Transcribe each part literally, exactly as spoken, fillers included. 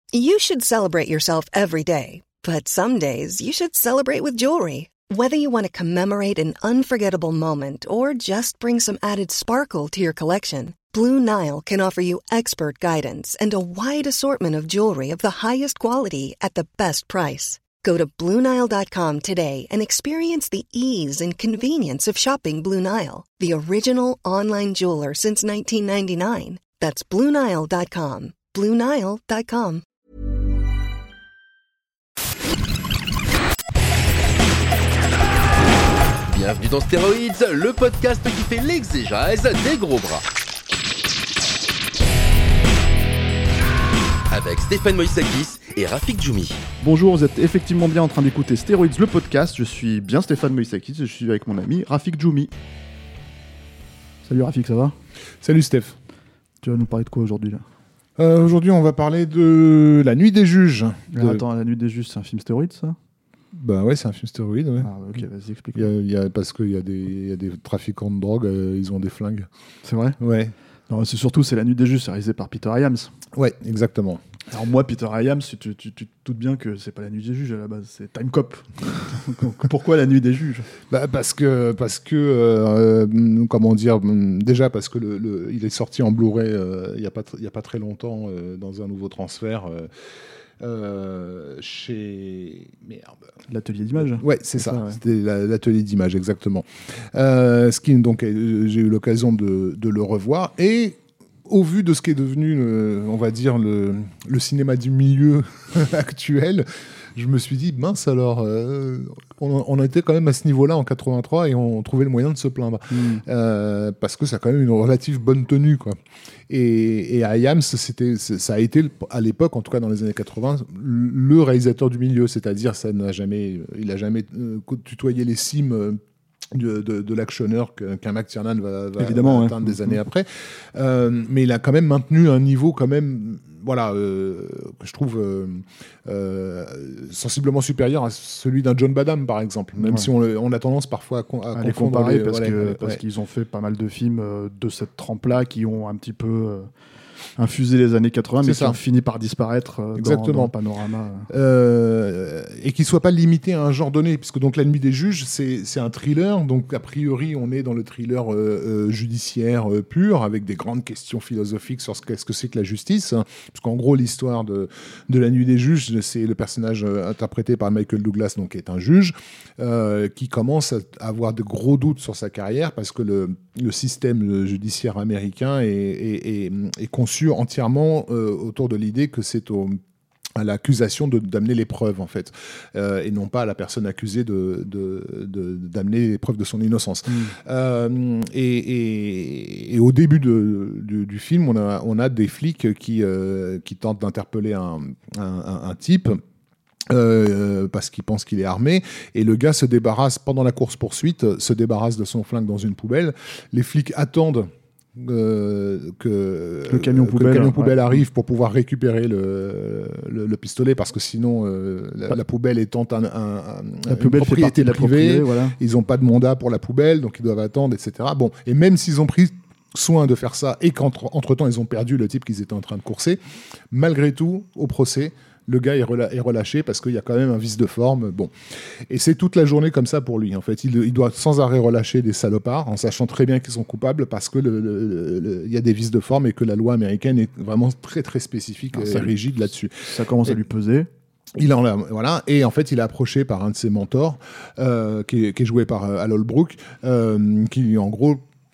You should celebrate yourself every day, but some days you should celebrate with jewelry. Whether you want to commemorate an unforgettable moment or just bring some added sparkle to your collection, Blue Nile can offer you expert guidance and a wide assortment of jewelry of the highest quality at the best price. Go to Blue Nile dot com today and experience the ease and convenience of shopping Blue Nile, the original online jeweler since nineteen ninety-nine. That's Blue Nile dot com. Blue Nile dot com. Bienvenue dans Stéroïdes, le podcast qui fait l'exégèse des gros bras. Avec Stéphane Moïsakis et Rafik Djoumi. Bonjour, vous êtes effectivement bien en train d'écouter Stéroïdes, le podcast. Je suis bien Stéphane Moïsakis, je suis avec mon ami Rafik Djoumi. Salut Rafik, ça va ? Salut Steph. Tu vas nous parler de quoi aujourd'hui là ? euh, Aujourd'hui, on va parler de La Nuit des Juges. De... Attends, La Nuit des Juges, c'est un film stéroïde ça ? Bah ouais, c'est un film stéroïde. Ouais. Ah, ok, vas-y, explique. Il y a, il y a, parce qu'il y a des, il y a des trafiquants de drogue, euh, ils ont des flingues. C'est vrai ? Ouais. Non, c'est surtout c'est La Nuit des Juges, c'est réalisé par Peter Hyams. Ouais, exactement. Alors moi, Peter Hyams, tu, tu, tu, tu te doutes bien que c'est pas La Nuit des Juges à la base, c'est Time Cop. Pourquoi La Nuit des Juges ? Bah parce que, parce que euh, comment dire, déjà parce que le, le, il est sorti en Blu-ray euh, il y a pas, il y a pas très longtemps euh, dans un nouveau transfert. Euh, Euh, chez merde l'atelier d'image. Ouais, c'est, c'est ça, ça ouais. C'était la, l'atelier d'image exactement. Euh, ce qui donc j'ai eu l'occasion de, de le revoir et au vu de ce qui est devenu, le, on va dire le, le cinéma du milieu actuel, je me suis dit mince alors, euh, on, on était quand même à ce niveau-là en quatre-vingt-trois et on trouvait le moyen de se plaindre mm. euh, parce que ça a quand même une relative bonne tenue quoi. Et, et à Hyams, c'était, ça a été à l'époque, en tout cas dans les années quatre-vingts, le réalisateur du milieu, c'est-à-dire ça n'a jamais, il n'a jamais euh, tutoyé les cimes. Euh, De, de, de l'actionneur qu'un McTiernan va, va, va ouais. atteindre des années après. Euh, mais il a quand même maintenu un niveau quand même, voilà, euh, que je trouve euh, euh, sensiblement supérieur à celui d'un John Badham, par exemple. Même ouais. si on, on a tendance parfois à, à, à les comparer les, parce, voilà, que, ouais. parce qu'ils ont fait pas mal de films euh, de cette trempe-là qui ont un petit peu... Euh, infusé les années quatre-vingts, c'est mais ça. Qui ont fini par disparaître euh, dans, dans le panorama. Euh, et qui ne soit pas limité à un genre donné, puisque donc La Nuit des Juges, c'est, c'est un thriller, donc a priori on est dans le thriller euh, euh, judiciaire euh, pur, avec des grandes questions philosophiques sur ce qu'est-ce que c'est que la justice, hein, parce qu'en gros l'histoire de, de La Nuit des Juges, c'est le personnage euh, interprété par Michael Douglas, donc qui est un juge, euh, qui commence à avoir de gros doutes sur sa carrière, parce que le, le système judiciaire américain est, est, est, est conçu entièrement euh, autour de l'idée que c'est au, à l'accusation de, d'amener les preuves en fait, euh, et non pas à la personne accusée de, de, de, d'amener les preuves de son innocence. Mmh. Euh, et, et, et au début de, du, du film, on a, on a des flics qui, euh, qui tentent d'interpeller un, un, un, un type. Euh, parce qu'il pense qu'il est armé et le gars se débarrasse pendant la course-poursuite, se débarrasse de son flingue dans une poubelle. Les flics attendent Euh, que le camion que poubelle, le camion poubelle ouais. arrive pour pouvoir récupérer le, le, le pistolet parce que sinon euh, la, la poubelle étant un, un, un, la poubelle une propriété fait partie de la privée, voilà. Ils n'ont pas de mandat pour la poubelle donc ils doivent attendre, et cetera. Bon, et même s'ils ont pris soin de faire ça et qu'entre temps ils ont perdu le type qu'ils étaient en train de courser, malgré tout au procès le gars est, rela- est relâché parce qu'il y a quand même un vice de forme. Bon. Et c'est toute la journée comme ça pour lui. En fait, il, il doit sans arrêt relâcher des salopards en sachant très bien qu'ils sont coupables parce qu'il y a des vices de forme et que la loi américaine est vraiment très très spécifique ah, et rigide lui, là-dessus. Ça commence et, à lui peser. Il en a, voilà, et en fait, il est approché par un de ses mentors, euh, qui, est, qui est joué par euh, Al Holbrook, euh, qui en gros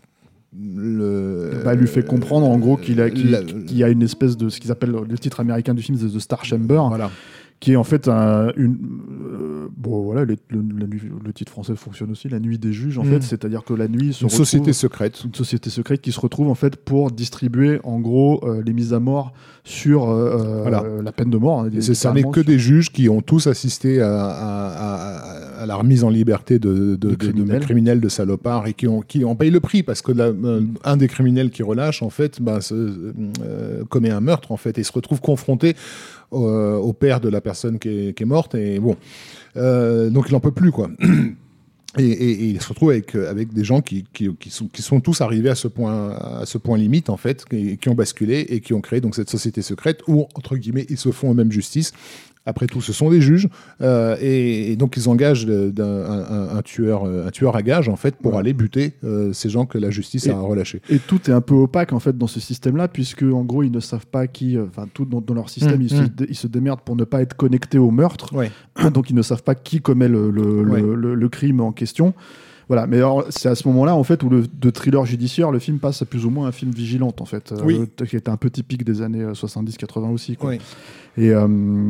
Le... Bah, lui fait comprendre en gros qu'il a, qu'il, la... qu'il y a une espèce de ce qu'ils appellent le titre américain du film, c'est The Star Chamber, voilà. qui est en fait un, une euh, bon voilà le, le, le, le titre français fonctionne aussi, La Nuit des Juges en mmh. fait, c'est-à-dire que la nuit se une retrouve, société secrète une société secrète qui se retrouve en fait pour distribuer en gros euh, les mises à mort sur euh, voilà. euh, la peine de mort. Hein, c'est, ça n'est que sur... des juges qui ont tous assisté à, à, à, à la remise en liberté de, de, de, criminels. de, de criminels, de salopards, et qui ont, qui ont payé le prix parce que la, euh, un des criminels qui relâche en fait bah, se, euh, commet un meurtre en fait et se retrouve confronté au, au père de la personne qui est, qui est morte et bon euh, donc il n'en peut plus quoi. Et, et, et il se retrouve avec, avec des gens qui, qui, qui, sont, qui sont tous arrivés à ce point, à ce point limite, en fait, qui, qui ont basculé et qui ont créé donc, cette société secrète où, entre guillemets, ils se font eux-mêmes justice. Après tout, ce sont des juges, euh, et, et donc ils engagent d'un, un, un, tueur, un tueur à gages en fait pour ouais. aller buter euh, ces gens que la justice et, a relâchés. Et tout est un peu opaque en fait dans ce système-là, puisque en gros ils ne savent pas qui, enfin euh, tout dans, dans leur système, mmh, ils, mmh. Se, ils se démerdent pour ne pas être connectés au meurtre, ouais. donc ils ne savent pas qui commet le, le, ouais. le, le, le crime en question. Voilà, mais alors, c'est à ce moment-là en fait où le de thriller judiciaire, le film passe à plus ou moins un film vigilante en fait, oui. euh, qui était un peu typique des années soixante-dix quatre-vingts aussi. Quoi. Oui. Et euh,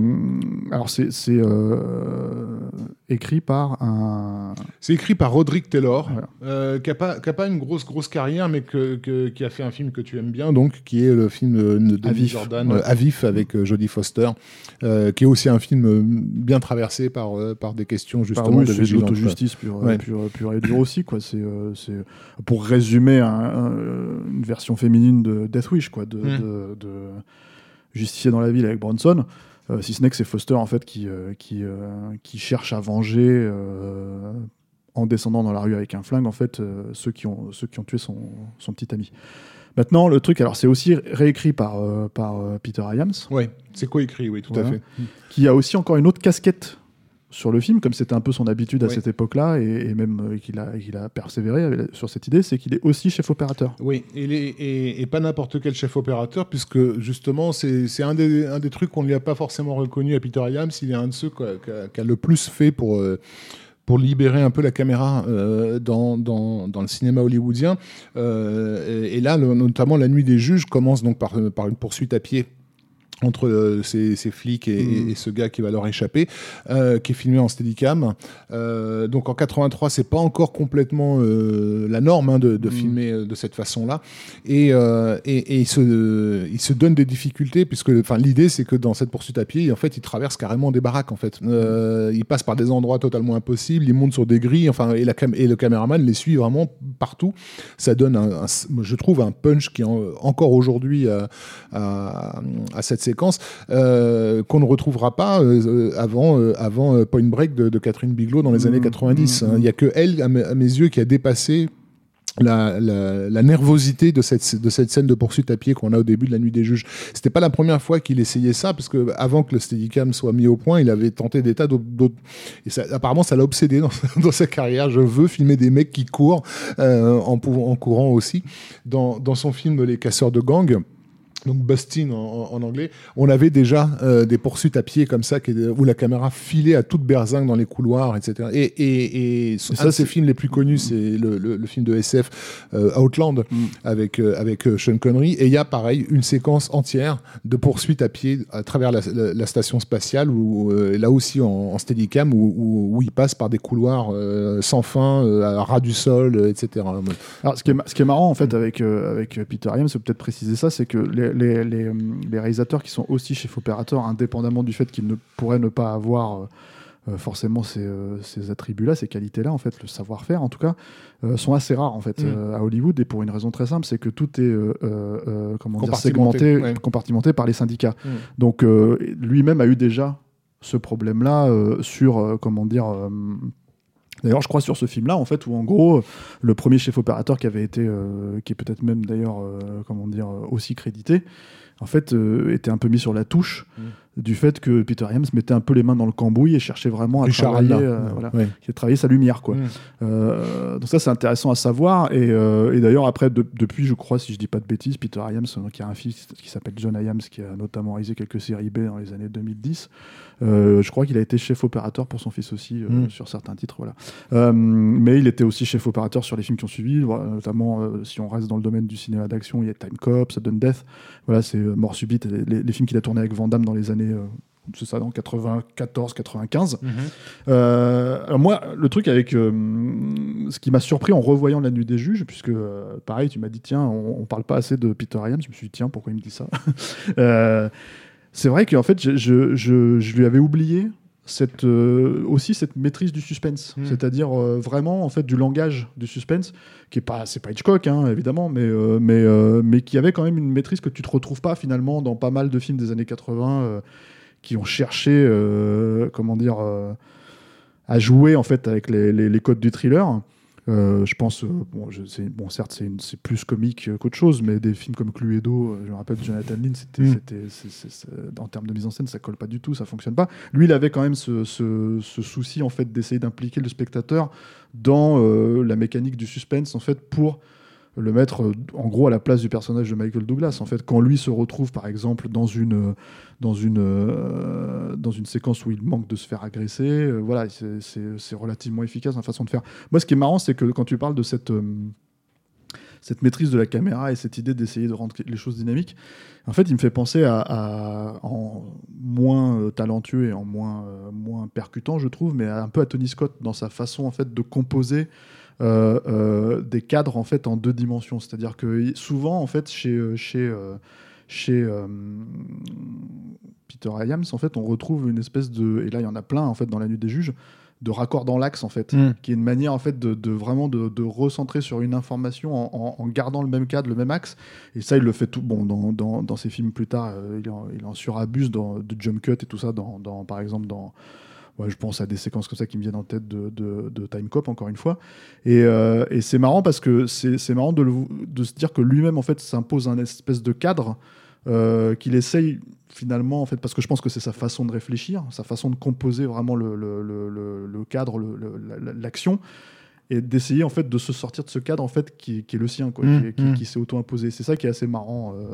alors c'est, c'est euh, écrit par un. C'est écrit par Roderick Taylor, voilà. euh, qui a pas qui a pas une grosse grosse carrière, mais que, que qui a fait un film que tu aimes bien, donc qui est le film de Denis Jordan, ouais. Avif avec euh, Jodie Foster, euh, qui est aussi un film bien traversé par euh, par des questions justement par, oui, de c'est vigilance. L'autojustice pure, ouais. pure, pure et dure aussi quoi. C'est, euh, c'est pour résumer un, un, une version féminine de Death Wish quoi, de, mmh. de, de Justicier dans la ville avec Bronson, euh, si ce n'est que c'est Foster en fait qui euh, qui euh, qui cherche à venger euh, en descendant dans la rue avec un flingue en fait euh, ceux qui ont ceux qui ont tué son son petit ami. Maintenant le truc alors c'est aussi réécrit par euh, par euh, Peter Hyams. Ouais, c'est coécrit oui tout voilà. à fait. Qui a aussi encore une autre casquette sur le film, comme c'était un peu son habitude à oui. cette époque-là, et, et même euh, qu'il a, qu'il a persévéré sur cette idée, c'est qu'il est aussi chef opérateur. Oui, et, les, et, et pas n'importe quel chef opérateur, puisque justement, c'est, c'est un, des, un des trucs qu'on ne lui a pas forcément reconnu à Peter Hyams. Il est un de ceux qui a, qui a le plus fait pour... Euh, pour libérer un peu la caméra euh, dans, dans, dans le cinéma hollywoodien. Euh, et, et là, le, notamment, La Nuit des Juges commence donc par, par une poursuite à pied entre euh, ces, ces flics et, mmh. et, et ce gars qui va leur échapper, euh, qui est filmé en steadicam. Euh, donc en quatre-vingt-trois, c'est pas encore complètement euh, la norme hein, de, de mmh. filmer de cette façon-là. Et, euh, et, et il, se, il se donne des difficultés, puisque l'idée, c'est que dans cette poursuite à pied, en fait, il traverse carrément des baraques. En fait. Euh, il passe par des endroits totalement impossibles, il monte sur des grilles, enfin, et, la cam- et le caméraman les suit vraiment partout. Ça donne, un, un, je trouve, un punch qui, en, encore aujourd'hui, à, à, à cette séquence euh, qu'on ne retrouvera pas euh, avant, euh, avant Point Break de, de Catherine Bigelow dans les mmh, années quatre-vingt-dix. Il mmh. n'y a que elle, à mes, à mes yeux, qui a dépassé La, la, la nervosité de cette, de cette scène de poursuite à pied qu'on a au début de La Nuit des Juges. C'était pas la première fois qu'il essayait ça, parce que avant que le Steadicam soit mis au point, il avait tenté des tas d'autres... Et ça, apparemment, ça l'a obsédé dans, dans sa carrière. Je veux filmer des mecs qui courent, euh, en, en courant aussi. Dans, dans son film Les Casseurs de Gang, donc Bustin en, en anglais, on avait déjà euh, des poursuites à pied comme ça, qui, où la caméra filait à toute berzingue dans les couloirs, et cetera. Et, et, et, et ça, un de ses films les plus connus, c'est le, le, le film de S F euh, Outland, mm. avec, euh, avec euh, Sean Connery. Et il y a pareil une séquence entière de poursuites à pied à travers la, la, la station spatiale, où, euh, là aussi en, en steadicam, où, où, où il passe par des couloirs euh, sans fin, euh, à ras du sol, et cetera. Alors, ce qui est, ce qui est marrant en fait avec, euh, avec Peter Hyams, c'est peut-être préciser ça, c'est que les Les, les, les réalisateurs qui sont aussi chefs opérateurs, indépendamment du fait qu'ils ne pourraient ne pas avoir euh, forcément ces, euh, ces attributs-là, ces qualités-là, en fait, le savoir-faire en tout cas, euh, sont assez rares en fait mmh. euh, à Hollywood, et pour une raison très simple, c'est que tout est euh, euh, comment dire, segmenté, ouais. compartimenté par les syndicats. Mmh. Donc euh, lui-même a eu déjà ce problème-là euh, sur euh, comment dire. Euh, D'ailleurs, je crois sur ce film-là, en fait, où en gros, le premier chef opérateur qui avait été, euh, qui est peut-être même d'ailleurs, euh, comment dire, aussi crédité, en fait, euh, était un peu mis sur la touche mmh. du fait que Peter Hyams mettait un peu les mains dans le cambouis et cherchait vraiment à Richard travailler, euh, mmh. voilà, ouais. à travailler sa lumière, quoi. Mmh. Euh, donc ça, c'est intéressant à savoir. Et, euh, et d'ailleurs, après, de, depuis, je crois, si je dis pas de bêtises, Peter Hyams, qui a un fils qui s'appelle John Hyams, qui a notamment réalisé quelques séries B dans les années deux mille dix. Euh, je crois qu'il a été chef opérateur pour son fils aussi euh, mmh. sur certains titres, voilà. Euh, mais il était aussi chef opérateur sur les films qui ont suivi, voilà, notamment euh, si on reste dans le domaine du cinéma d'action, il y a Time Cop, Sudden Death, voilà, c'est euh, Mort Subite, les, les, les films qu'il a tournés avec Van Damme dans les années, euh, c'est ça, dans quatre-vingt-quatorze quatre-vingt-quinze. Mmh. Euh, alors moi, le truc avec euh, ce qui m'a surpris en revoyant La Nuit des Juges, puisque euh, pareil, tu m'as dit tiens, on, on parle pas assez de Peter Hyams, je me suis dit tiens, pourquoi il me dit ça. euh, C'est vrai qu'en fait, je, je, je, je lui avais oublié cette, euh, aussi cette maîtrise du suspense, mmh. c'est-à-dire euh, vraiment en fait du langage du suspense, qui est pas, c'est pas Hitchcock hein, évidemment, mais euh, mais euh, mais qui avait quand même une maîtrise que tu te retrouves pas finalement dans pas mal de films des années quatre-vingts euh, qui ont cherché, euh, comment dire. Euh, à jouer en fait avec les, les, les codes du thriller. Euh, je pense, euh, bon, je, c'est, bon, certes, c'est, une, c'est plus comique qu'autre chose, mais des films comme Cluedo, euh, je me rappelle Jonathan Lynn, c'était, mm. c'était, c'est, c'est, c'est, en termes de mise en scène, ça colle pas du tout, ça fonctionne pas. Lui, il avait quand même ce, ce, ce souci en fait d'essayer d'impliquer le spectateur dans euh, la mécanique du suspense en fait pour le mettre euh, en gros à la place du personnage de Michael Douglas. En fait, quand lui se retrouve par exemple dans une dans une euh, dans une séquence où il manque de se faire agresser, euh, voilà, c'est, c'est, c'est relativement efficace dans la façon de faire. Moi, ce qui est marrant, c'est que quand tu parles de cette euh, cette maîtrise de la caméra et cette idée d'essayer de rendre les choses dynamiques, en fait, il me fait penser à, à en moins euh, talentueux et en moins euh, moins percutant, je trouve, mais à, un peu à Tony Scott dans sa façon en fait de composer Euh, euh, des cadres en fait en deux dimensions, c'est-à-dire que souvent en fait chez chez euh, chez euh, Peter Hyams en fait on retrouve une espèce de, et là il y en a plein en fait dans La Nuit des Juges, de raccord dans l'axe en fait, mm. qui est une manière en fait de, de vraiment de, de recentrer sur une information en, en, en gardant le même cadre, le même axe, et ça il le fait tout bon dans dans, dans ses films plus tard, euh, il, en, il en surabuse dans de jump cut et tout ça dans, dans par exemple dans Ouais, je pense à des séquences comme ça qui me viennent en tête de, de, de Time Cop, encore une fois. Et, euh, et c'est marrant parce que c'est, c'est marrant de, le, de se dire que lui-même, en fait, s'impose un espèce de cadre euh, qu'il essaye finalement, en fait, parce que je pense que c'est sa façon de réfléchir, sa façon de composer vraiment le, le, le, le, le cadre, le, le, l'action, et d'essayer en fait de se sortir de ce cadre en fait qui, qui est le sien, quoi, mmh, qui, qui, mmh. qui s'est auto-imposé. C'est ça qui est assez marrant euh,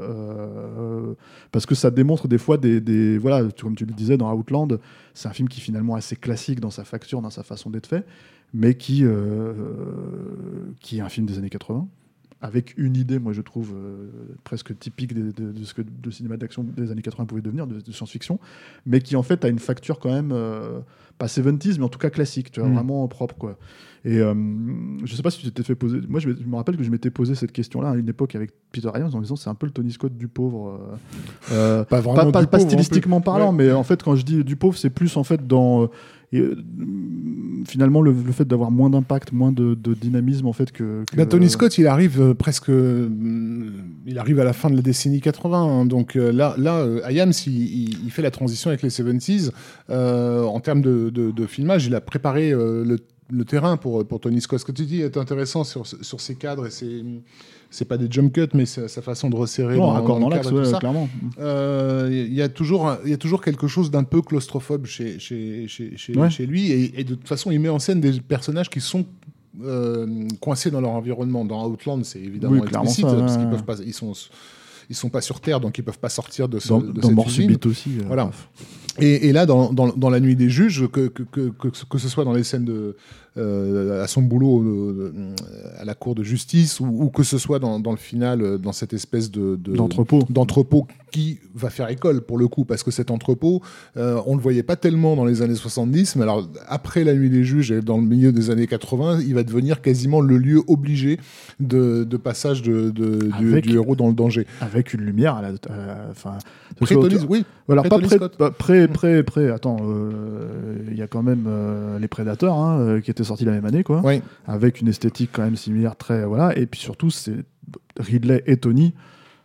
euh, parce que ça démontre des fois des, des voilà, comme tu le disais dans Outland, c'est un film qui est finalement assez classique dans sa facture, dans sa façon d'être fait, mais qui euh, qui est un film des années quatre-vingts avec une idée, moi je trouve euh, presque typique de, de, de ce que le cinéma d'action des années quatre-vingts pouvait devenir, de, de science-fiction, mais qui en fait a une facture quand même euh, pas soixante-dix mais en tout cas classique, tu vois, mmh. vraiment propre, quoi. Et euh, je sais pas si tu t'étais fait poser. Moi, je, je me rappelle que je m'étais posé cette question-là à une époque avec Peter Hyams en disant c'est un peu le Tony Scott du pauvre. Euh, euh, pas vraiment. Pas, pas, pas stylistiquement parlant, ouais. mais en fait, quand je dis du pauvre, c'est plus en fait dans. Et, euh, finalement, le, le fait d'avoir moins d'impact, moins de, de dynamisme, en fait, que. que bah, Tony Scott, il arrive euh, presque. Euh, il arrive à la fin de la décennie quatre-vingts. Hein, donc euh, là, là euh, Hyams, il, il, il fait la transition avec les soixante-dix. Euh, en termes de, de, de filmage, il a préparé euh, le. le terrain pour, pour Tony Scott. Ce que tu dis est intéressant sur, sur ses cadres, et c'est, c'est pas des jump cuts, mais c'est sa façon de resserrer non, dans, dans, dans le l'axe, cadre, ouais, clairement. Il euh, y, a toujours, y a toujours quelque chose d'un peu claustrophobe chez, chez, chez, chez, ouais. chez lui, et, et de toute façon, il met en scène des personnages qui sont euh, coincés dans leur environnement. Dans Outland, c'est évidemment oui, explicite, ça, parce ouais. qu'ils peuvent pas... Ils sont, ils sont pas sur Terre, donc ils peuvent pas sortir de, ce, dans, de dans cette Mort usine. Subite aussi. Euh, voilà. Et, et là, dans, dans, dans La Nuit des Juges, que, que, que, que, que ce soit dans les scènes de, euh, à son boulot euh, à la cour de justice, ou, ou que ce soit dans, dans le final, dans cette espèce de, de d'entrepôt. d'entrepôt qui va faire école pour le coup, parce que cet entrepôt, euh, on le voyait pas tellement dans les années soixante-dix, mais alors après La Nuit des Juges et dans le milieu des années quatre-vingts, il va devenir quasiment le lieu obligé de, de passage de, de, avec, du, du héros dans le danger. Avec une lumière à la, enfin, pré-Tony, oui. Voilà, pas pré, Scott. Pas pré, pré, pré, attends, il euh, y a quand même euh, Les Prédateurs, hein, qui étaient sortis la même année, quoi, oui. avec une esthétique quand même similaire, très, voilà, et puis surtout, c'est Ridley et Tony.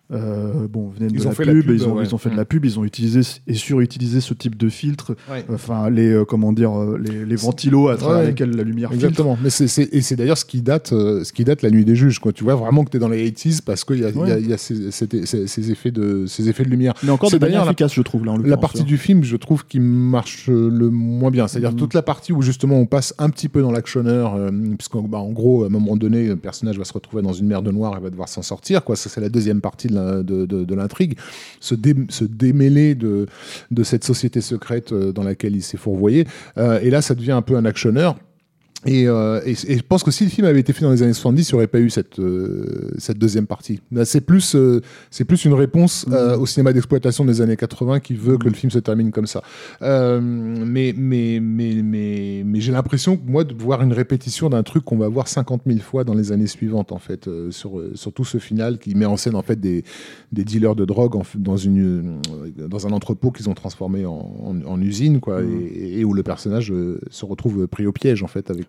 Euh, bon, venaient de ils la ont fait pub, la pub, ils ont, ouais. ils ont fait mmh. de la pub, ils ont utilisé et surutilisé ce type de filtre, ouais. enfin les euh, comment dire euh, les, les ventilos à travers ouais. lesquels la lumière exactement. filtre. Mais c'est, c'est et c'est d'ailleurs ce qui date euh, ce qui date La Nuit des Juges, quoi. Tu vois vraiment que t'es dans les eighties parce qu'il y a il ouais. y a, y a ces, ces, ces, ces effets de ces effets de lumière. Mais encore c'est de manière efficace, je trouve là. En la partie du film, je trouve qui marche le moins bien. C'est-à-dire mmh. toute la partie où justement on passe un petit peu dans l'actionneur, euh, puisqu'en bah, en gros à un moment donné, le personnage va se retrouver dans une mer de noir et va devoir s'en sortir, quoi. Ça c'est la deuxième partie de la, de, de, de l'intrigue, se, dé, se démêler de, de cette société secrète dans laquelle il s'est fourvoyé. Euh, et là, ça devient un peu un actionneur. Et, euh, et, et je pense que si le film avait été fait dans les années soixante-dix, il n'y aurait pas eu cette, euh, cette deuxième partie. Là, c'est, plus, euh, c'est plus une réponse euh, au cinéma d'exploitation des années quatre-vingts qui veut mmh. que le film se termine comme ça. Euh, mais, mais, mais, mais, mais j'ai l'impression, moi, de voir une répétition d'un truc qu'on va voir cinquante mille fois dans les années suivantes, en fait, euh, sur, sur tout ce final qui met en scène en fait, des, des dealers de drogue en, dans, une, dans un entrepôt qu'ils ont transformé en, en, en usine, quoi, mmh. et, et où le personnage euh, se retrouve pris au piège, en fait, avec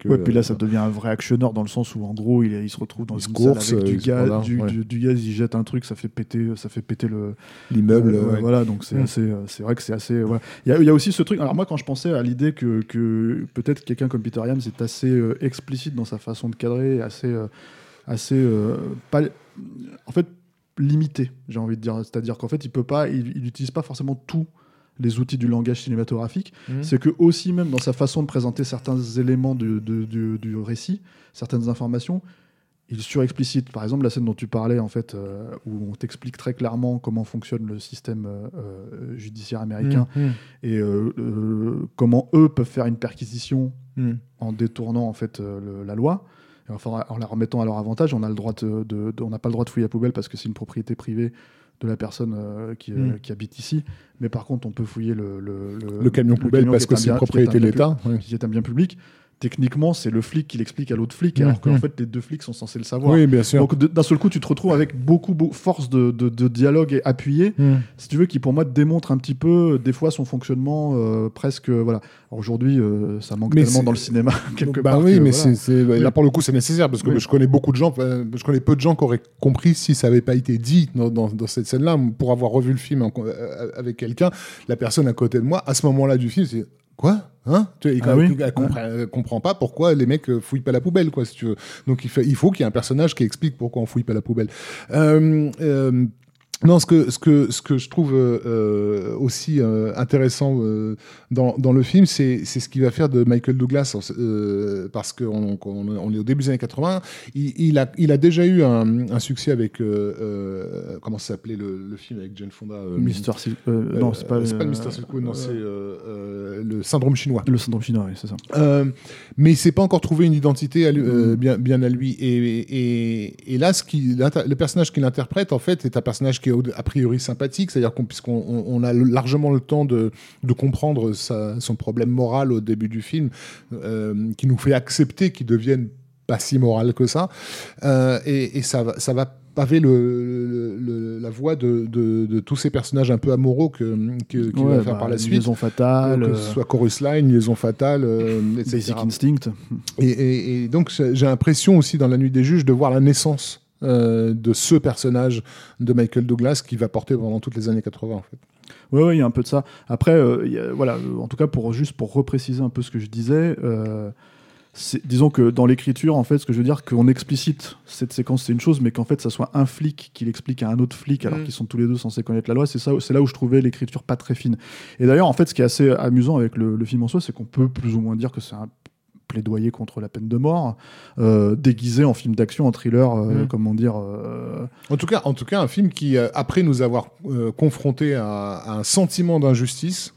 Ouais, puis là, ça devient un vrai actionneur dans le sens où, en gros, il, il se retrouve dans il une course, salle avec du gaz, voilà, du, ouais. du, du gaz, il jette un truc, ça fait péter, ça fait péter le l'immeuble. euh, ouais. Voilà, donc c'est Mm. assez, euh, c'est vrai que c'est assez. Voilà. Il y a, il y a aussi ce truc. Alors moi, quand je pensais à l'idée que, que peut-être quelqu'un comme Peter Iams est assez euh, explicite dans sa façon de cadrer, assez, euh, assez, euh, pas, en fait, limité. J'ai envie de dire, c'est-à-dire qu'en fait, il peut pas, il n'utilise pas forcément tous les outils du langage cinématographique. Mmh. C'est que aussi même dans sa façon de présenter certains éléments de, de, de, du récit, certaines informations, il surexplicite. Par exemple, la scène dont tu parlais, en fait, euh, où on t'explique très clairement comment fonctionne le système euh, judiciaire américain Mmh. et euh, euh, comment eux peuvent faire une perquisition Mmh. en détournant en fait euh, le, la loi. Et enfin, en la remettant à leur avantage, on a le droit de, de, de on n'a pas le droit de fouiller la poubelle parce que c'est une propriété privée de la personne euh, qui, euh, Mm. qui habite ici, mais par contre on peut fouiller le, le, le, Le camion poubelle camion parce qui est que un c'est bien- une qui est un propriété de bien l'État. pub- Ouais. qui est un bien public. Techniquement, c'est le flic qui l'explique à l'autre flic, Mm, alors qu'en mm. fait les deux flics sont censés le savoir. Oui, bien sûr. Donc de- d'un seul coup, tu te retrouves avec beaucoup, beaucoup force de, de, de dialogue appuyé, Mm. si tu veux, qui pour moi démontre un petit peu euh, des fois son fonctionnement euh, presque euh, voilà. Alors, aujourd'hui, euh, ça manque Mais tellement c'est- dans le cinéma quelque bah part. oui, que, mais voilà. c'est, c'est- là Oui. pour le coup c'est nécessaire parce que Oui. je connais beaucoup de gens, enfin, je connais peu de gens qui auraient compris si ça n'avait pas été dit dans, dans, dans cette scène-là. Pour avoir revu le film en- euh, avec quelqu'un, la personne à côté de moi, à ce moment-là du film, c'est quoi, hein tu vois, Ah elle, oui. elle comprend, elle comprend pas pourquoi les mecs euh, fouillent pas la poubelle, quoi, si tu veux. Donc il, fait, il faut qu'il y ait un personnage qui explique pourquoi on fouille pas la poubelle. Euh, euh, Non, ce que, ce que, ce que je trouve euh, aussi euh, intéressant euh, dans, dans le film, c'est, c'est ce qu'il va faire de Michael Douglas, euh, parce qu'on on, on est au début des années quatre-vingts. Il, il, a, il a déjà eu un, un succès avec, euh, euh, comment ça s'appelait le, le film avec Jane Fonda euh, Mister Sil- euh, euh, non, c'est pas, c'est pas le euh, Mister Silkwood, non, euh, c'est euh, euh, le syndrome chinois. le syndrome chinois, oui, c'est ça. Euh, mais il s'est pas encore trouvé une identité à lui- euh, Mm. bien, bien à lui. Et, et, et là, ce qui, le personnage qu'il interprète, en fait, est un personnage qui est a priori sympathique, c'est-à-dire qu'on, puisqu'on on, on a largement le temps de, de comprendre sa, son problème moral au début du film, euh, qui nous fait accepter qu'il devienne pas si moral que ça. Euh, et, et ça va, ça va paver le, le, le, la voie de, de, de tous ces personnages un peu amoureux que, que, qu'il Ouais, va faire bah, par la suite. Liaison fatale, Que euh, ce soit Chorus Line, Liaison fatale, euh, et cetera. Basic Instinct. Et, et, et donc j'ai j'ai l'impression aussi dans La Nuit des Juges de voir la naissance euh, de ce personnage de Michael Douglas qui va porter pendant toutes les années quatre-vingts en fait. Oui, ouais, il y a un peu de ça. Après, euh, il y a- voilà, euh, en tout cas, pour, juste pour repréciser un peu ce que je disais, euh, c'est- disons que dans l'écriture, en fait, ce que je veux dire, qu'on explicite cette séquence, c'est une chose, mais qu'en fait, ça soit un flic qui l'explique à un autre flic, alors Mm. qu'ils sont tous les deux censés connaître la loi, c'est, ça, c'est là où je trouvais l'écriture pas très fine. Et d'ailleurs, en fait, ce qui est assez amusant avec le, le film en soi, c'est qu'on peut plus ou moins dire que c'est un plaidoyer contre la peine de mort, euh, déguisé en film d'action, en thriller, euh, Mm. comment dire... euh, En tout cas, en tout cas, un film qui, euh, après nous avoir euh, confrontés à, à un sentiment d'injustice,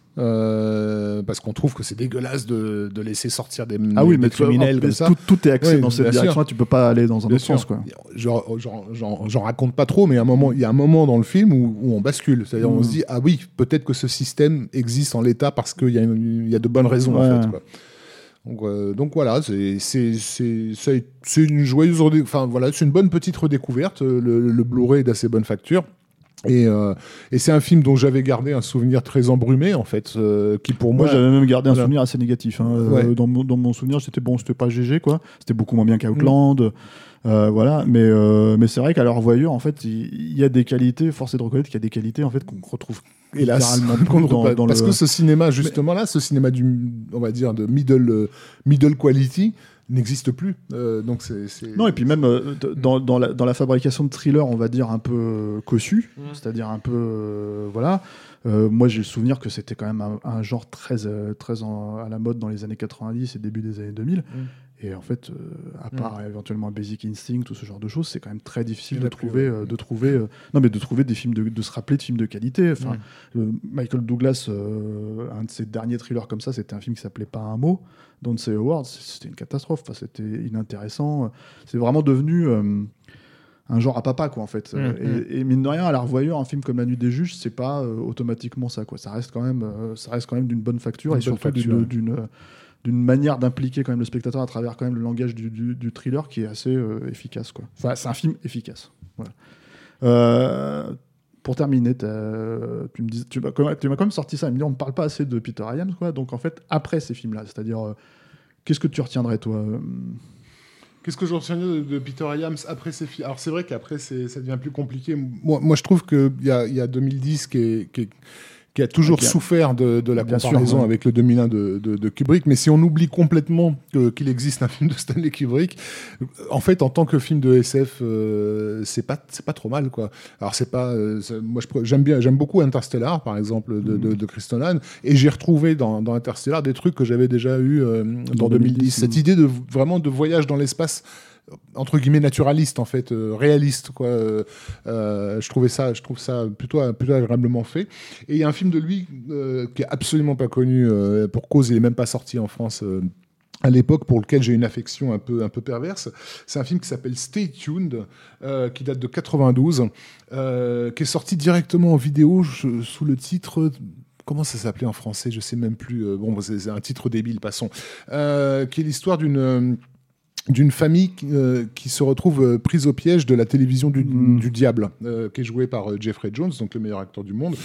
euh, parce qu'on trouve que c'est dégueulasse de, de laisser sortir des, Ah oui, des mais tu vois, criminels en- comme mais ça. Tout, tout est axé Oui, dans cette bien sûr. direction-là, tu peux pas aller dans un Bien autre sûr. sens, quoi. J'en, j'en- j'en- j'en raconte pas trop, mais à un moment, il y a un moment dans le film où, où on bascule. C'est-à-dire, on Mm. se dit, ah oui, peut-être que ce système existe en l'état parce qu'il y, a une- il y a de bonnes raisons, Ouais. en fait. Quoi. Donc, euh, donc voilà, c'est, c'est, c'est, c'est, c'est une joyeuse, redé- enfin voilà, c'est une bonne petite redécouverte. Le, le Blu-ray est d'assez bonne facture. Et, euh, et c'est un film dont j'avais gardé un souvenir très embrumé, en fait, euh, qui pour Moi, moi. j'avais même gardé un voilà. souvenir assez négatif. hein. Euh, Ouais. dans, mon, dans mon souvenir, c'était bon, c'était pas G G, quoi. C'était beaucoup moins bien qu'Outland. Euh, voilà. Mais, euh, mais c'est vrai qu'à leur voyure, en fait, il il y, a des qualités, force est de reconnaître qu'il y a des qualités en fait, qu'on retrouve Hélas, littéralement qu'on ne dans, retrouve pas. dans parce le... que ce cinéma, justement là, ce cinéma du, on va dire, de middle, euh, middle quality n'existe plus. Euh, donc c'est, c'est- Non, et puis même euh, d- dans, dans, la, dans la fabrication de thrillers, on va dire un peu euh, cossu, c'est-à-dire un peu. euh, voilà. Euh, moi, j'ai le souvenir que c'était quand même un, un genre très, euh, très en- à la mode dans les années quatre-vingt-dix et début des années deux mille. Et en fait, euh, à part éventuellement un Basic Instinct ou ce genre de choses, c'est quand même très difficile Il y en de a plus, trouver, ouais. euh, de trouver, euh, non mais de trouver des films de, de se rappeler de films de qualité. Enfin, euh, Michael Douglas, euh, un de ses derniers thrillers comme ça, c'était un film qui s'appelait Pas un mot, Don't Say a Word. C'était une catastrophe. Enfin, c'était inintéressant. C'est vraiment devenu euh, un genre à papa, quoi, en fait. Mm, et, et mine de rien, à la revoyure, un film comme La Nuit des Juges, c'est pas euh, automatiquement ça, quoi. Ça reste quand même, euh, ça reste quand même d'une bonne facture Une et bonne surtout facture. d'une, d'une d'une manière d'impliquer quand même le spectateur à travers quand même le langage du, du, du thriller qui est assez euh, efficace, quoi. Enfin, c'est un film efficace. Voilà. Euh, pour terminer, t'as- tu me dis, tu m'as, quand même- tu m'as quand même sorti ça. Il me dit, on ne parle pas assez de Peter Iams, quoi. Donc en fait, après ces films-là, c'est-à-dire euh, Qu'est-ce que tu retiendrais, toi ? Qu'est-ce que je retiendrai de, de Peter Hyams après ces films ? Alors c'est vrai qu'après c'est, ça devient plus compliqué. Moi, moi je trouve qu'il y a, y a deux mille dix qui, est, qui, est, qui a toujours okay. souffert de, de la Bien comparaison sûr, ouais. avec le deux mille un de, de, de Kubrick. Mais si on oublie complètement que, qu'il existe un film de Stanley Kubrick, en fait en tant que film de S F, euh, c'est pas c'est pas trop mal quoi. Alors c'est pas, euh, c'est, moi je, j'aime bien, j'aime beaucoup Interstellar par exemple de, mmh. de, de Chris Nolan, et j'ai retrouvé dans, dans Interstellar des trucs que j'avais déjà eu euh, dans, dans deux mille dix. deux mille dix Cette mmh. idée de vraiment de voyage dans l'espace, entre guillemets naturaliste en fait, euh, réaliste quoi. Euh, euh, je trouvais ça, je trouve ça plutôt plutôt agréablement fait. Et il y a un film de lui euh, qui est absolument pas connu euh, pour cause, il est même pas sorti en France. Euh, à l'époque, pour lequel j'ai une affection un peu, un peu perverse. C'est un film qui s'appelle Stay Tuned, euh, qui date de quatre-vingt-douze, euh, qui est sorti directement en vidéo je, sous le titre... Comment ça s'appelait en français ? Je sais même plus. Euh, bon, c'est, c'est un titre débile, passons. Euh, qui est l'histoire d'une... Euh, d'une famille qui, euh, qui se retrouve euh, prise au piège de la télévision du, mmh. du diable, euh, qui est jouée par euh, Jeffrey Jones, donc le meilleur acteur du monde.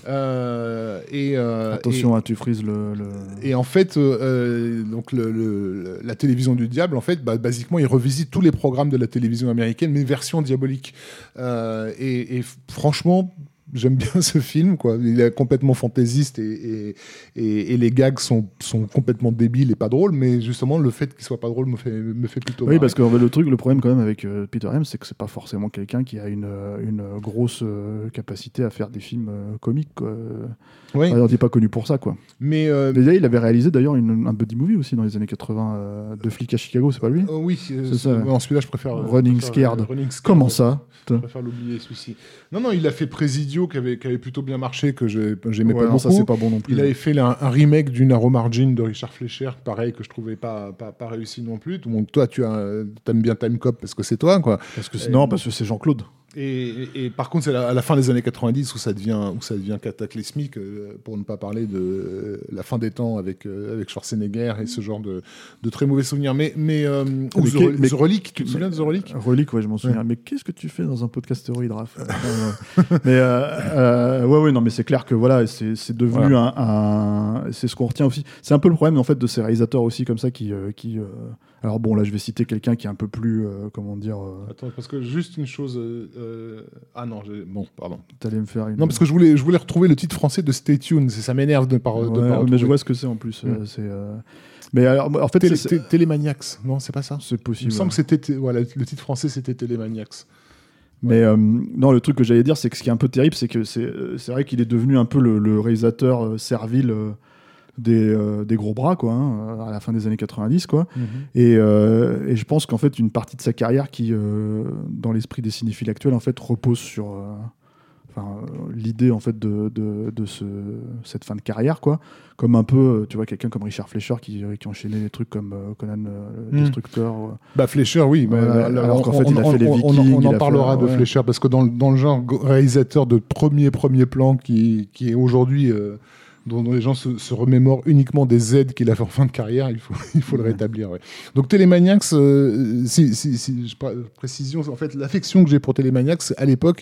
Euh, et, euh, Attention, et, hein, tu frises le, le... Et en fait, euh, donc le, le, la télévision du diable, en fait, bah, basiquement, il revisite tous les programmes de la télévision américaine, mais version diabolique. Euh, et, et franchement... J'aime bien ce film, quoi. Il est complètement fantaisiste et, et, et, et les gags sont, sont complètement débiles et pas drôles, mais justement, le fait qu'il soit pas drôle me fait, me fait plutôt marrer. Oui, parce que le truc, le problème quand même avec euh, Peter Hyams, c'est que c'est pas forcément quelqu'un qui a une, une grosse euh, capacité à faire des films euh, comiques, quoi. Oui. Alors, il n'est pas connu pour ça, quoi. Mais euh... déjà, il avait réalisé d'ailleurs une, un buddy movie aussi dans les années quatre-vingts, euh, de flics à Chicago, c'est pas lui ? euh, Oui, c'est, c'est ça. En celui-là, je préfère. Running, je préfère Scared. Euh, Running Scared. Comment ça ? Je préfère l'oublier, celui-ci. Non, non, il a fait Presidio, qui avait, qui avait plutôt bien marché, que je, j'aimais ouais, pas non, beaucoup. Ça, c'est pas bon non plus. Il avait fait un, un remake du Narrow Margin de Richard Fleischer, pareil, que je trouvais pas, pas, pas réussi non plus. Donc, toi, tu as, aimes bien Time Cop parce que c'est toi, quoi. Parce que c'est, non, parce que c'est Jean-Claude. Et, et, et par contre, c'est à la, à la fin des années quatre-vingt-dix où ça devient, où ça devient cataclysmique, euh, pour ne pas parler de euh, la fin des temps avec, euh, avec Schwarzenegger et ce genre de, de très mauvais souvenirs. Mais, mais, euh, mais, mais The, Re- mais, The Relic, tu te souviens de The Relic ? Relic, ouais, je m'en souviens. Ouais. Mais qu'est-ce que tu fais dans un podcast Steroid Raph ? Mais euh, euh, ouais, ouais, non, mais c'est clair que voilà, c'est, c'est devenu voilà. un, un, c'est ce qu'on retient aussi. C'est un peu le problème en fait de ces réalisateurs aussi comme ça qui, euh, qui. Euh, alors bon, là, je vais citer quelqu'un qui est un peu plus, euh, comment dire. Euh... Attends, parce que juste une chose. Euh... Ah non, j'ai... bon, pardon. T'allais me faire une. Non, parce que je voulais, je voulais retrouver le titre français de Stay Tuned. Ça m'énerve de par. Ouais, de par mais je vois ce que c'est en plus. Mm. Euh, c'est. Euh... Mais alors, en fait, Télé, c'est, c'est... Télémaniacs. Non, c'est pas ça. C'est possible. Il me semble que c'était. Voilà, le titre français, c'était Télémaniacs. Mais euh, non, le truc que j'allais dire, c'est que ce qui est un peu terrible, c'est que c'est, c'est vrai qu'il est devenu un peu le, le réalisateur euh, servile euh, des, euh, des gros bras, quoi, hein, à la fin des années quatre-vingt-dix, quoi. Mm-hmm. Et, euh, et je pense qu'en fait, une partie de sa carrière qui, euh, dans l'esprit des cinéphiles actuels, en fait, repose sur euh, enfin, euh, l'idée en fait de, de, de ce, cette fin de carrière, quoi. Comme un peu, tu vois, quelqu'un comme Richard Fleischer qui, qui enchaînait des trucs comme euh, Conan euh, le mm. Destructeur. Euh. Bah Fleischer, oui. Ouais, bah, alors, alors qu'en fait, on, il a fait on, les Vikings. On, on, on en parlera fait, de ouais. Fleischer parce que dans, dans le genre réalisateur de premier premier plan qui, qui est aujourd'hui euh, dont, dont les gens se, se remémorent uniquement des aides qu'il a fait en fin de carrière, il faut, il faut ouais. le rétablir. Ouais. Donc Télémaniacs, euh, si, si, si, je, précision, en fait, l'affection que j'ai pour Télémaniacs à l'époque.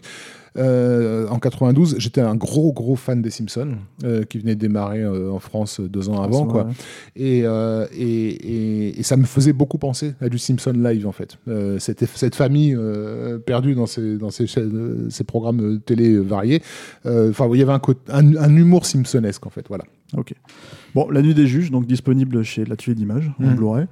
Euh, en quatre-vingt-douze, j'étais un gros gros fan des Simpsons euh, qui venait de démarrer euh, en France deux ans avant, quoi. Ouais. Et, euh, et, et, et ça me faisait beaucoup penser à du Simpson Live en fait. Euh, cette, cette famille euh, perdue dans ces dans ces, chaînes, ces programmes télé variés. Enfin, il y avait un, un, un humour simpsonesque en fait. Voilà. Ok. Bon, La Nuit des Juges, donc disponible chez La Tuile d'Images mmh. en Blu-ray.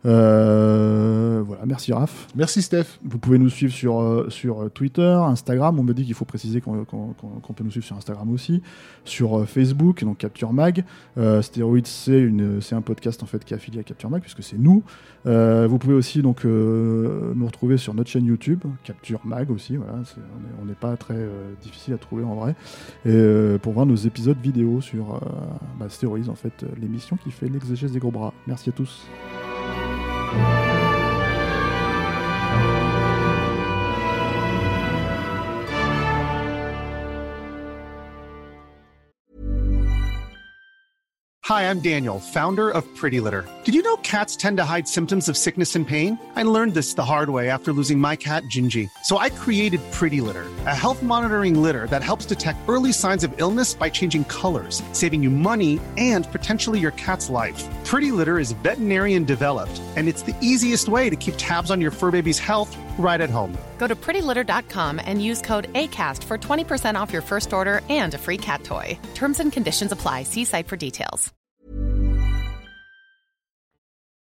Euh, voilà, merci Raph. Merci Steph. Vous pouvez nous suivre sur, euh, sur Twitter, Instagram. On me dit qu'il faut préciser qu'on, qu'on, qu'on peut nous suivre sur Instagram aussi. Sur euh, Facebook, donc Capture Mag. Euh, Steroids, c'est, une, c'est un podcast en fait qui est affilié à Capture Mag puisque c'est nous. Euh, vous pouvez aussi donc euh, nous retrouver sur notre chaîne YouTube, Capture Mag aussi. Voilà, c'est, on n'est pas très euh, difficile à trouver en vrai. Et euh, pour voir nos épisodes vidéo sur euh, bah, Steroids en fait, l'émission qui fait l'exégèse des gros bras. Merci à tous. Hi, I'm Daniel, founder of Pretty Litter. Did you know cats tend to hide symptoms of sickness and pain? I learned this the hard way after losing my cat, Gingy. So I created Pretty Litter, a health monitoring litter that helps detect early signs of illness by changing colors, saving you money and potentially your cat's life. Pretty Litter is veterinarian developed, and it's the easiest way to keep tabs on your fur baby's health right at home. Go to pretty litter dot com and use code ACAST for twenty percent off your first order and a free cat toy. Terms and conditions apply. See site for details.